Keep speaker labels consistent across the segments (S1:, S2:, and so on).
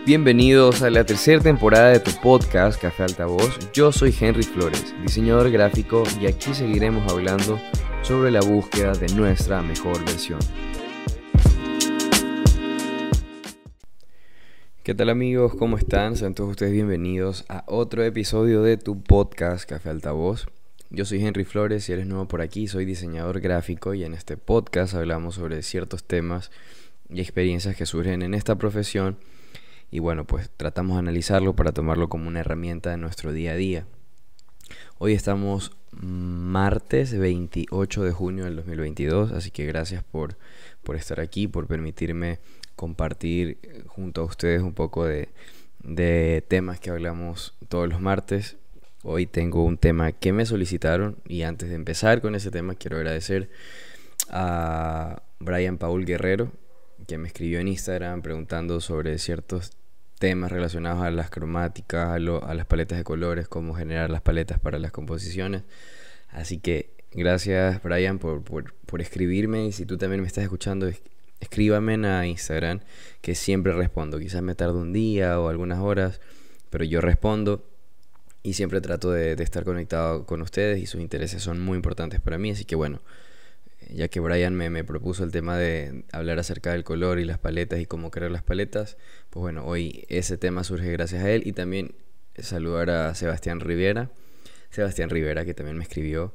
S1: Bienvenidos a la tercera temporada de tu podcast Café Altavoz. Yo soy Henry Flores, diseñador gráfico, y aquí seguiremos hablando sobre la búsqueda de nuestra mejor versión. ¿Qué tal amigos? ¿Cómo están? Sean todos ustedes bienvenidos a otro episodio de tu podcast Café Altavoz. Yo soy Henry Flores, si eres nuevo por aquí, soy diseñador gráfico y en este podcast hablamos sobre ciertos temas y experiencias que surgen en esta profesión. Y bueno, pues tratamos de analizarlo para tomarlo como una herramienta de nuestro día a día. Hoy estamos martes 28 de junio del 2022, así que gracias por estar aquí, por permitirme compartir junto a ustedes un poco de temas que hablamos todos los martes. Hoy tengo un tema que me solicitaron y antes de empezar con ese tema quiero agradecer a Brian Paul Guerrero, que me escribió en Instagram preguntando sobre ciertos temas relacionados a las cromáticas, a las paletas de colores, cómo generar las paletas para las composiciones. Así que gracias Brian por escribirme, y si tú también me estás escuchando, escríbame a Instagram, que siempre respondo. Quizás me tarde un día o algunas horas, pero yo respondo y siempre trato de estar conectado con ustedes, y sus intereses son muy importantes para mí. Así que bueno, ya que Brian me propuso el tema de hablar acerca del color y las paletas y cómo crear las paletas, pues bueno, hoy ese tema surge gracias a él. Y también saludar a Sebastián Rivera, que también me escribió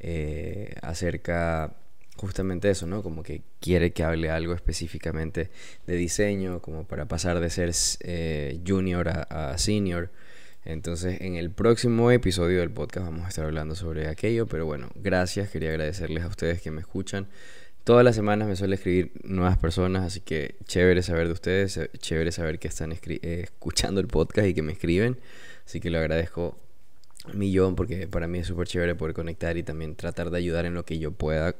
S1: acerca justamente de eso, ¿no? Como que quiere que hable algo específicamente de diseño, como para pasar de ser junior a senior. Entonces en el próximo episodio del podcast vamos a estar hablando sobre aquello. Pero bueno, gracias, quería agradecerles a ustedes que me escuchan. Todas las semanas me suele escribir nuevas personas, así que chévere saber de ustedes, chévere saber que están escuchando el podcast y que me escriben. Así que lo agradezco un millón, porque para mí es súper chévere poder conectar y también tratar de ayudar en lo que yo pueda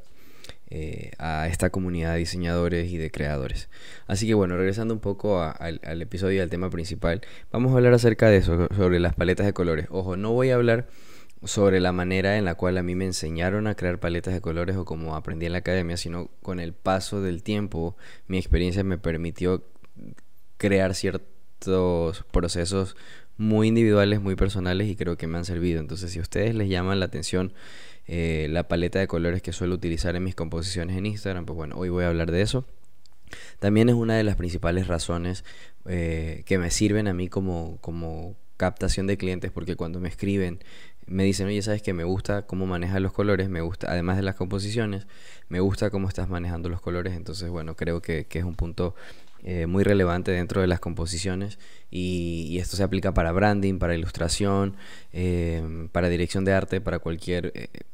S1: a esta comunidad de diseñadores y de creadores. Así que bueno, regresando un poco al episodio y al tema principal, vamos a hablar acerca de eso, sobre las paletas de colores. Ojo, no voy a hablar sobre la manera en la cual a mí me enseñaron a crear paletas de colores o como aprendí en la academia, sino con el paso del tiempo, mi experiencia me permitió crear ciertos procesos muy individuales, muy personales, y creo que me han servido. Entonces, si a ustedes les llama la atención la paleta de colores que suelo utilizar en mis composiciones en Instagram, pues bueno, hoy voy a hablar de eso. También es una de las principales razones que me sirven a mí como captación de clientes, porque cuando me escriben me dicen: oye, sabes que me gusta cómo manejas los colores, me gusta, además de las composiciones, me gusta cómo estás manejando los colores. Entonces bueno, creo que es un punto muy relevante dentro de las composiciones, y esto se aplica para branding, para ilustración, para dirección de arte, para cualquier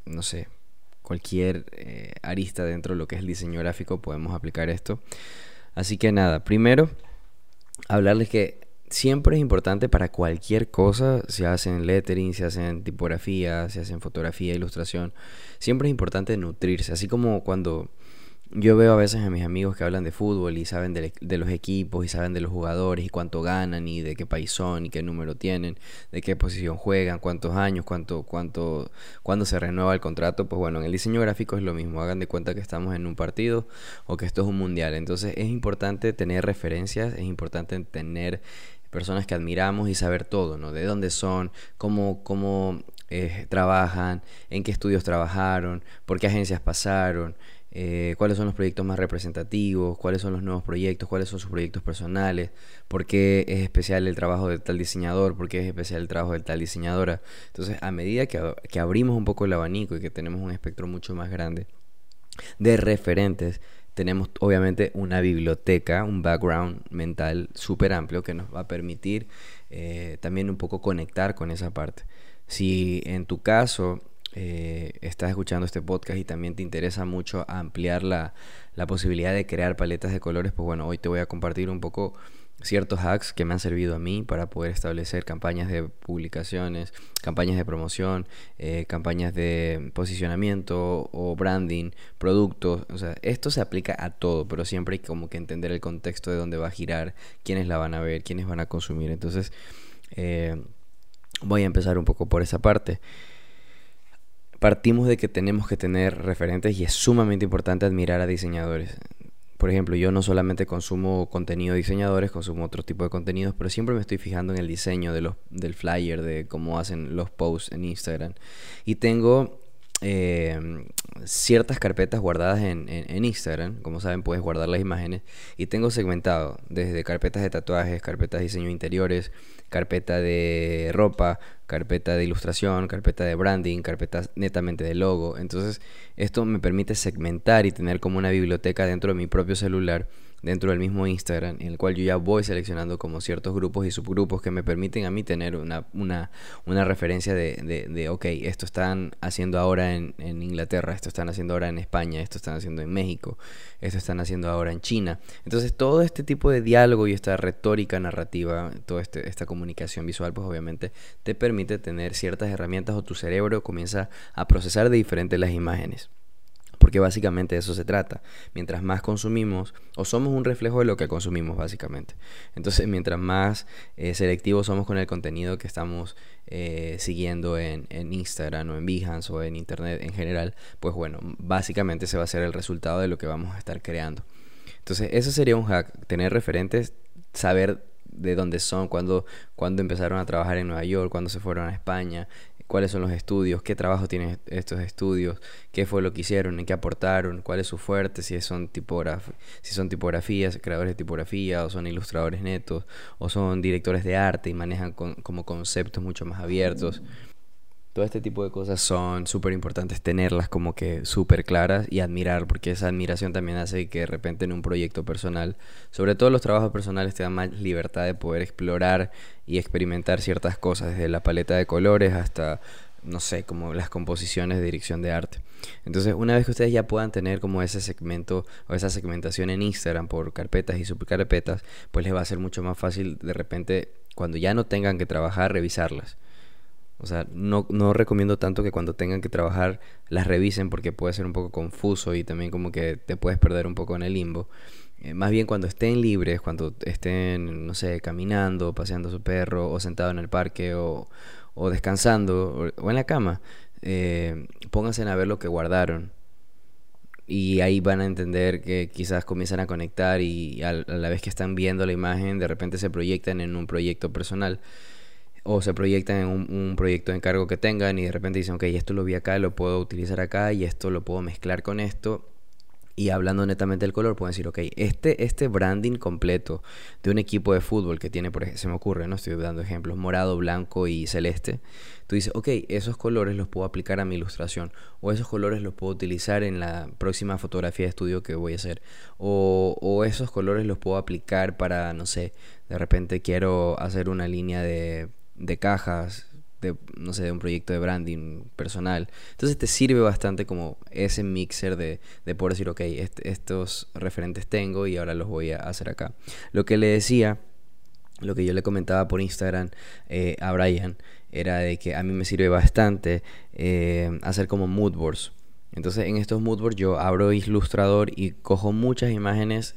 S1: arista dentro de lo que es el diseño gráfico podemos aplicar esto. Así que nada, primero hablarles que siempre es importante para cualquier cosa, se hacen lettering, se hacen tipografía, se hacen fotografía, ilustración, siempre es importante nutrirse. Así como cuando yo veo a veces a mis amigos que hablan de fútbol y saben de los equipos y saben de los jugadores y cuánto ganan y de qué país son y qué número tienen, de qué posición juegan, cuántos años, cuándo se renueva el contrato. Pues bueno, en el diseño gráfico es lo mismo. Hagan de cuenta que estamos en un partido o que esto es un mundial. Entonces es importante tener referencias, es importante tener personas que admiramos y saber todo, ¿no? De dónde son, cómo trabajan, en qué estudios trabajaron, por qué agencias pasaron, cuáles son los proyectos más representativos, cuáles son los nuevos proyectos, cuáles son sus proyectos personales, por qué es especial el trabajo de tal diseñador, por qué es especial el trabajo de tal diseñadora. Entonces, a medida que abrimos un poco el abanico y que tenemos un espectro mucho más grande de referentes, tenemos obviamente una biblioteca, un background mental súper amplio que nos va a permitir también un poco conectar con esa parte. Si en tu caso estás escuchando este podcast y también te interesa mucho ampliar la posibilidad de crear paletas de colores, pues bueno, hoy te voy a compartir un poco ciertos hacks que me han servido a mí para poder establecer campañas de publicaciones, campañas de promoción, campañas de posicionamiento o branding, productos. O sea, esto se aplica a todo, pero siempre hay como que entender el contexto de dónde va a girar, quiénes la van a ver, quiénes van a consumir. Entonces voy a empezar un poco por esa parte. Partimos de que tenemos que tener referentes y es sumamente importante admirar a diseñadores. por ejemplo, yo no solamente consumo contenido de diseñadores, consumo otro tipo de contenidos, pero siempre me estoy fijando en el diseño del flyer, de cómo hacen los posts en Instagram. Y tengo ciertas carpetas guardadas en Instagram. Como saben, puedes guardar las imágenes. Y tengo segmentado desde carpetas de tatuajes, carpetas de diseño de interiores, carpeta de ropa, carpeta de ilustración, carpeta de branding, carpetas netamente de logo. Entonces, esto me permite segmentar y tener como una biblioteca dentro de mi propio celular, dentro del mismo Instagram, en el cual yo ya voy seleccionando como ciertos grupos y subgrupos que me permiten a mí tener una referencia ok, esto están haciendo ahora en Inglaterra, esto están haciendo ahora en España, esto están haciendo en México, esto están haciendo ahora en China. Entonces todo este tipo de diálogo y esta retórica narrativa, toda esta comunicación visual, pues obviamente te permite tener ciertas herramientas, o tu cerebro comienza a procesar de diferente las imágenes. Porque básicamente de eso se trata. Mientras más consumimos, o somos un reflejo de lo que consumimos básicamente. Entonces, mientras más selectivos somos con el contenido que estamos siguiendo en Instagram o en Behance o en Internet en general, pues bueno, básicamente ese va a ser el resultado de lo que vamos a estar creando. Entonces, eso sería un hack, tener referentes, saber de dónde son, cuándo empezaron a trabajar en Nueva York, cuándo se fueron a España, cuáles son los estudios, qué trabajo tienen estos estudios, qué fue lo que hicieron, en qué aportaron, cuál es su fuerte, si son tipografías, creadores de tipografía, o son ilustradores netos, o son directores de arte y manejan como conceptos mucho más abiertos. Todo este tipo de cosas son súper importantes tenerlas como que súper claras y admirar, porque esa admiración también hace que de repente en un proyecto personal, sobre todo los trabajos personales, te dan más libertad de poder explorar y experimentar ciertas cosas, desde la paleta de colores hasta, no sé, como las composiciones de dirección de arte. Entonces, una vez que ustedes ya puedan tener como ese segmento o esa segmentación en Instagram por carpetas y subcarpetas, pues les va a ser mucho más fácil de repente, cuando ya no tengan que trabajar, revisarlas. O sea, no recomiendo tanto que cuando tengan que trabajar las revisen, porque puede ser un poco confuso y también como que te puedes perder un poco en el limbo. Más bien cuando estén libres, cuando estén, no sé, caminando, paseando a su perro, o sentado en el parque, o descansando, o en la cama, pónganse a ver lo que guardaron. Y ahí van a entender que quizás comienzan a conectar, y a la vez que están viendo la imagen, de repente se proyectan en un proyecto personal, o se proyectan en un proyecto de encargo que tengan, y de repente dicen, ok, esto lo vi acá, lo puedo utilizar acá, y esto lo puedo mezclar con esto. Y hablando netamente del color, pueden decir, ok, este branding completo de un equipo de fútbol que tiene, por ejemplo, se me ocurre, ¿no? Estoy dando ejemplos, morado, blanco y celeste. Tú dices, ok, esos colores los puedo aplicar a mi ilustración, o esos colores los puedo utilizar en la próxima fotografía de estudio que voy a hacer, o esos colores los puedo aplicar para, no sé, de repente quiero hacer una línea de cajas, no sé, de un proyecto de branding personal. Entonces te sirve bastante como ese mixer de poder decir, ok, estos referentes tengo y ahora los voy a hacer acá. Lo que le decía, lo que yo le comentaba por Instagram a Brian, era de que a mí me sirve bastante hacer como mood boards. Entonces en estos mood boards yo abro Illustrator y cojo muchas imágenes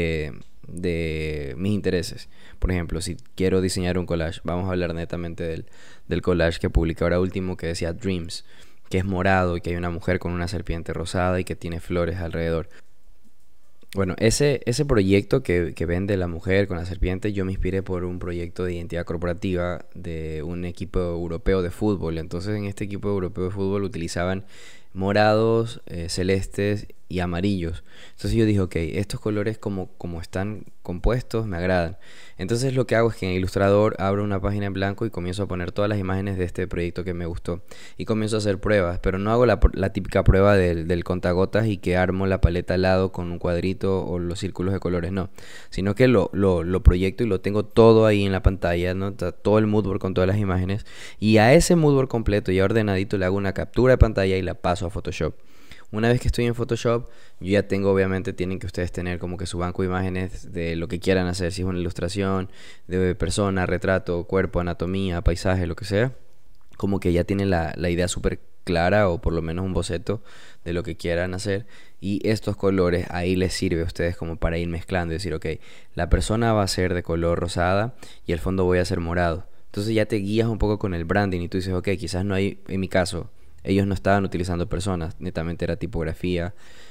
S1: de mis intereses. Por ejemplo, si quiero diseñar un collage, vamos a hablar netamente del collage que publiqué ahora último, que decía Dreams, que es morado y que hay una mujer con una serpiente rosada y que tiene flores alrededor. Bueno, ese proyecto que vende la mujer con la serpiente, yo me inspiré por un proyecto de identidad corporativa de un equipo europeo de fútbol. Entonces en este equipo europeo de fútbol utilizaban morados, celestes y amarillos. Entonces yo dije, ok, estos colores como están compuestos me agradan. Entonces lo que hago es que en Illustrator abro una página en blanco y comienzo a poner todas las imágenes de este proyecto que me gustó. Y comienzo a hacer pruebas, pero no hago la típica prueba del contagotas y que armo la paleta al lado con un cuadrito o los círculos de colores, no. Sino que lo proyecto y lo tengo todo ahí en la pantalla, ¿no? Todo el moodboard con todas las imágenes. Y a ese moodboard completo ya ordenadito le hago una captura de pantalla y la paso a Photoshop. Una vez que estoy en Photoshop, yo ya tengo, obviamente, tienen que ustedes tener como que su banco de imágenes de lo que quieran hacer, si es una ilustración, de persona, retrato, cuerpo, anatomía, paisaje, lo que sea. Como que ya tienen la idea súper clara, o por lo menos un boceto de lo que quieran hacer. Y estos colores ahí les sirve a ustedes como para ir mezclando y decir, ok, la persona va a ser de color rosada y el fondo voy a hacer morado. Entonces ya te guías un poco con el branding y tú dices, ok, quizás no hay, en mi caso, ellos no estaban utilizando personas, netamente era tipografía,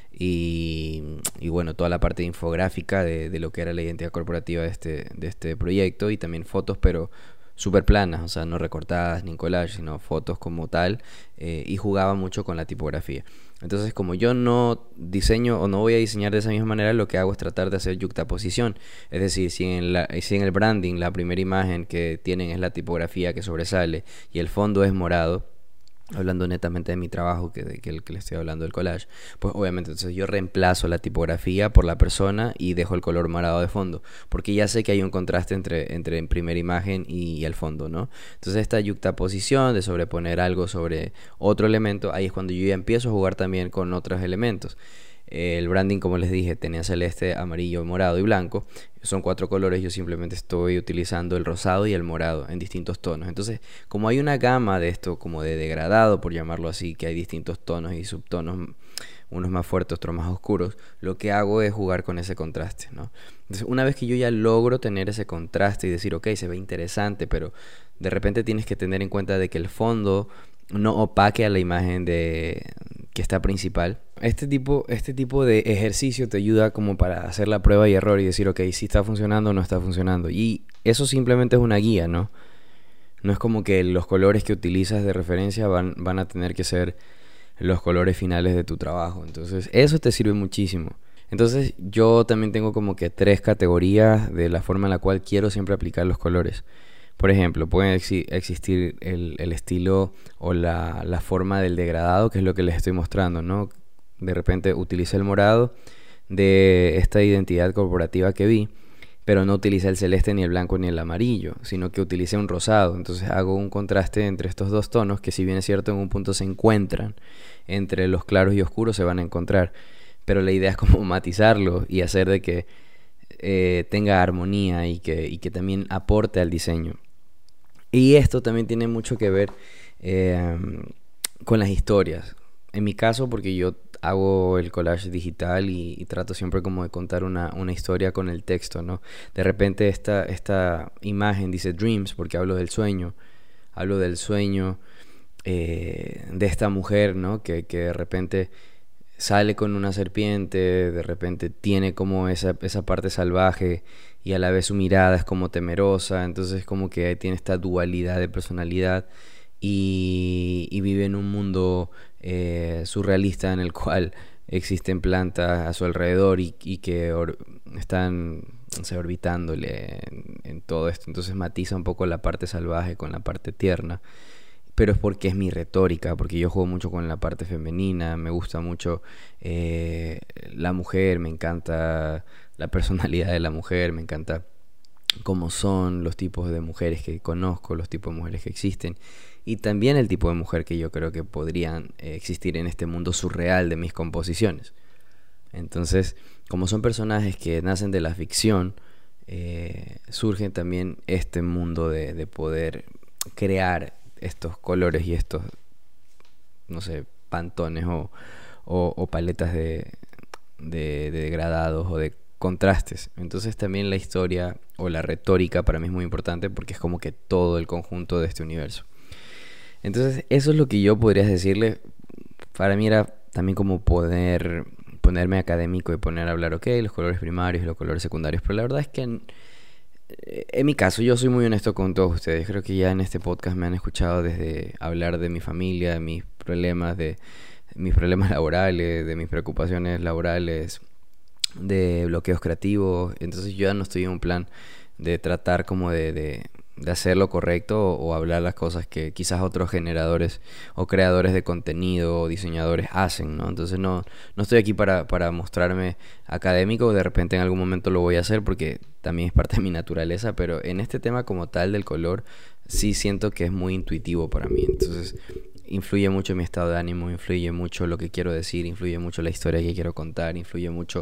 S1: y bueno, toda la parte infográfica de lo que era la identidad corporativa de este proyecto y también fotos, pero súper planas, o sea, no recortadas ni en collage, sino fotos como tal, y jugaba mucho con la tipografía. Entonces, como yo no diseño o no voy a diseñar de esa misma manera, lo que hago es tratar de hacer yuxtaposición. Es decir, si en el branding la primera imagen que tienen es la tipografía que sobresale y el fondo es morado, hablando netamente de mi trabajo, que el que le estoy hablando del collage, pues obviamente entonces yo reemplazo la tipografía por la persona y dejo el color morado de fondo, porque ya sé que hay un contraste entre primera imagen y el fondo, ¿no? Entonces esta yuxtaposición de sobreponer algo sobre otro elemento, ahí es cuando yo ya empiezo a jugar también con otros elementos. El branding, como les dije, tenía celeste, amarillo, morado y blanco. Son 4 colores, yo simplemente estoy utilizando el rosado y el morado en distintos tonos. Entonces, como hay una gama de esto, como de degradado, por llamarlo así, que hay distintos tonos y subtonos, unos más fuertes, otros más oscuros, lo que hago es jugar con ese contraste, ¿no? Entonces, una vez que yo ya logro tener ese contraste y decir, ok, se ve interesante, pero de repente tienes que tener en cuenta de que el fondo no opaque a la imagen que está principal. Este tipo de ejercicio te ayuda como para hacer la prueba y error y decir, ok, si está funcionando o no está funcionando. Y eso simplemente es una guía, ¿no? No es como que los colores que utilizas de referencia van a tener que ser los colores finales de tu trabajo. Entonces, eso te sirve muchísimo. Entonces, yo también tengo como que 3 categorías de la forma en la cual quiero siempre aplicar los colores. Por ejemplo, puede existir el estilo o la forma del degradado, que es lo que les estoy mostrando, ¿no? De repente utilicé el morado de esta identidad corporativa que vi, pero no utilicé el celeste, ni el blanco, ni el amarillo, sino que utilicé un rosado. Entonces hago un contraste entre estos dos tonos que, si bien es cierto, en un punto se encuentran, entre los claros y oscuros se van a encontrar, pero la idea es como matizarlo y hacer de que tenga armonía y que también aporte al diseño. Y esto también tiene mucho que ver eh, con las historias. En mi caso, porque yo hago el collage digital y trato siempre como de contar una historia con el texto, ¿no? De repente esta imagen dice dreams porque hablo del sueño de esta mujer, ¿no? Que de repente sale con una serpiente, de repente tiene como esa parte salvaje y a la vez su mirada es como temerosa, entonces como que tiene esta dualidad de personalidad y vive en un mundo surrealista en el cual existen plantas a su alrededor y que están, no sé, orbitándole en todo esto, entonces matiza un poco la parte salvaje con la parte tierna, pero es porque es mi retórica, porque yo juego mucho con la parte femenina, me gusta mucho la mujer, me encanta la personalidad de la mujer, me encanta cómo son los tipos de mujeres que conozco, los tipos de mujeres que existen, y también el tipo de mujer que yo creo que podrían existir en este mundo surreal de mis composiciones. Entonces, como son personajes que nacen de la ficción, surge también este mundo de poder crear estos colores y estos, no sé, pantones o paletas de degradados o de contrastes. Entonces también la historia o la retórica para mí es muy importante porque es como que todo el conjunto de este universo. Entonces eso es lo que yo podría decirle. Para mí era también como poder ponerme académico y poner a hablar, ok, los colores primarios y los colores secundarios, pero la verdad es que en mi caso, yo soy muy honesto con todos ustedes. Creo que ya en este podcast me han escuchado desde hablar de mi familia, de mis problemas laborales, de mis preocupaciones laborales, de bloqueos creativos. Entonces yo ya no estoy en un plan de tratar como de hacer lo correcto o hablar las cosas que quizás otros generadores o creadores de contenido o diseñadores hacen, ¿no? Entonces no estoy aquí para mostrarme académico, de repente en algún momento lo voy a hacer porque también es parte de mi naturaleza, pero en este tema como tal del color sí siento que es muy intuitivo para mí, entonces influye mucho mi estado de ánimo, influye mucho lo que quiero decir, influye mucho la historia que quiero contar, influye mucho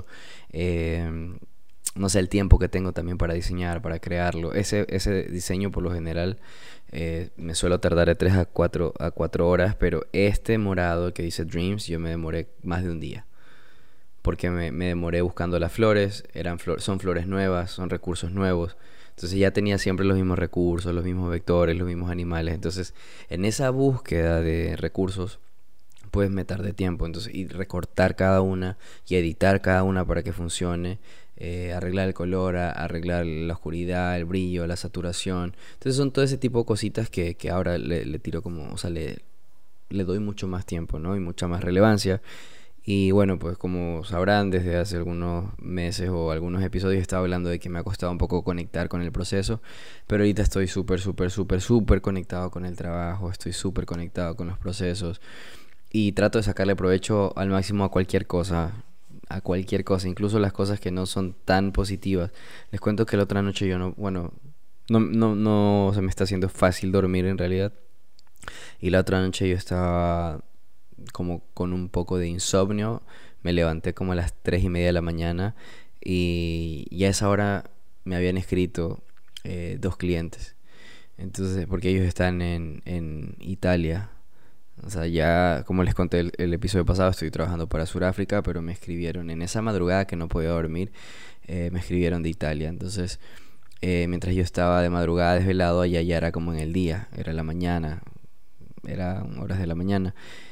S1: no sé, el tiempo que tengo también para diseñar, para crearlo. Ese diseño por lo general me suelo tardar de 3 a 4 horas, pero este morado que dice Dreams yo me demoré más de un día. Porque me demoré buscando las flores, son flores nuevas, son recursos nuevos. Entonces ya tenía siempre los mismos recursos, los mismos vectores, los mismos animales. Entonces en esa búsqueda de recursos pues me tardé tiempo. Entonces, y recortar cada una y editar cada una para que funcione. Arreglar el color, arreglar la oscuridad, el brillo, la saturación. Entonces son todo ese tipo de cositas que ahora le tiro como, o sea, le doy mucho más tiempo, ¿no? Y mucha más relevancia. Y bueno, pues como sabrán, desde hace algunos meses o algunos episodios he estado hablando de que me ha costado un poco conectar con el proceso, pero ahorita estoy súper conectado con el trabajo, estoy súper conectado con los procesos y trato de sacarle provecho al máximo a cualquier cosa, incluso las cosas que no son tan positivas. Les cuento que la otra noche yo no se me está haciendo fácil dormir en realidad, y la otra noche yo estaba como con un poco de insomnio. Me levanté como a las 3:30 de la mañana y a esa hora me habían escrito 2 clientes. Entonces, porque ellos están en Italia. O sea, ya como les conté el episodio pasado, estoy trabajando para Sudáfrica, pero me escribieron en esa madrugada que no podía dormir, me escribieron de Italia. Entonces, mientras yo estaba de madrugada desvelado, allá ya era como en el día, era la mañana, eran horas de la mañana.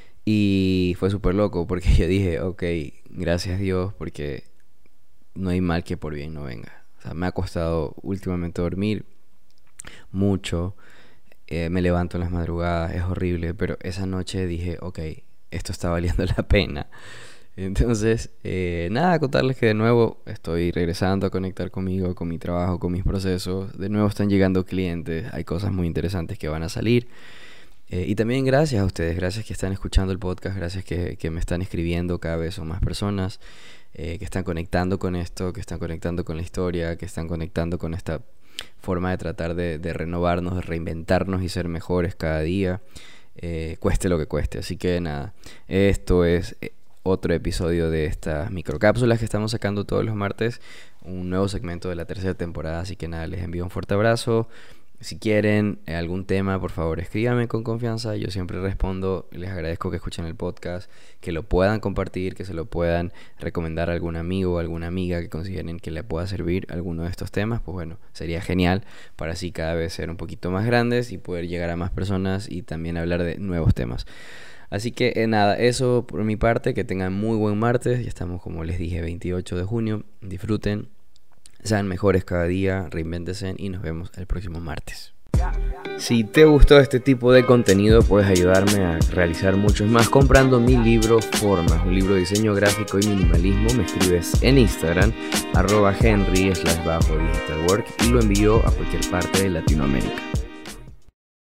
S1: Y fue súper loco porque yo dije, ok, gracias Dios, porque no hay mal que por bien no venga. O sea, me ha costado últimamente dormir mucho, me levanto en las madrugadas, es horrible, pero esa noche dije, ok, esto está valiendo la pena. Entonces, nada, contarles que de nuevo estoy regresando a conectar conmigo, con mi trabajo, con mis procesos. De nuevo están llegando clientes, hay cosas muy interesantes que van a salir. Y también gracias a ustedes, gracias que están escuchando el podcast, gracias que me están escribiendo, cada vez son más personas que están conectando con esto, que están conectando con la historia, que están conectando con esta forma de tratar de renovarnos, de reinventarnos y ser mejores cada día, cueste lo que cueste. Así que nada, esto es otro episodio de estas microcápsulas que estamos sacando todos los martes, un nuevo segmento de la 3ª temporada. Así que nada, les envío un fuerte abrazo. Si quieren algún tema, por favor escríbanme con confianza, yo siempre respondo. Les agradezco que escuchen el podcast, que lo puedan compartir, que se lo puedan recomendar a algún amigo o alguna amiga que consideren que le pueda servir alguno de estos temas. Pues bueno, sería genial para así cada vez ser un poquito más grandes y poder llegar a más personas y también hablar de nuevos temas. Así que nada, eso por mi parte, que tengan muy buen martes. Ya estamos, como les dije, 28 de junio, disfruten. Sean mejores cada día, reinvéntense y nos vemos el próximo martes. Si te gustó este tipo de contenido, puedes ayudarme a realizar muchos más comprando mi libro Formas, un libro de diseño gráfico y minimalismo. Me escribes en Instagram, @henry_digitalwork, y lo envío a cualquier parte de Latinoamérica.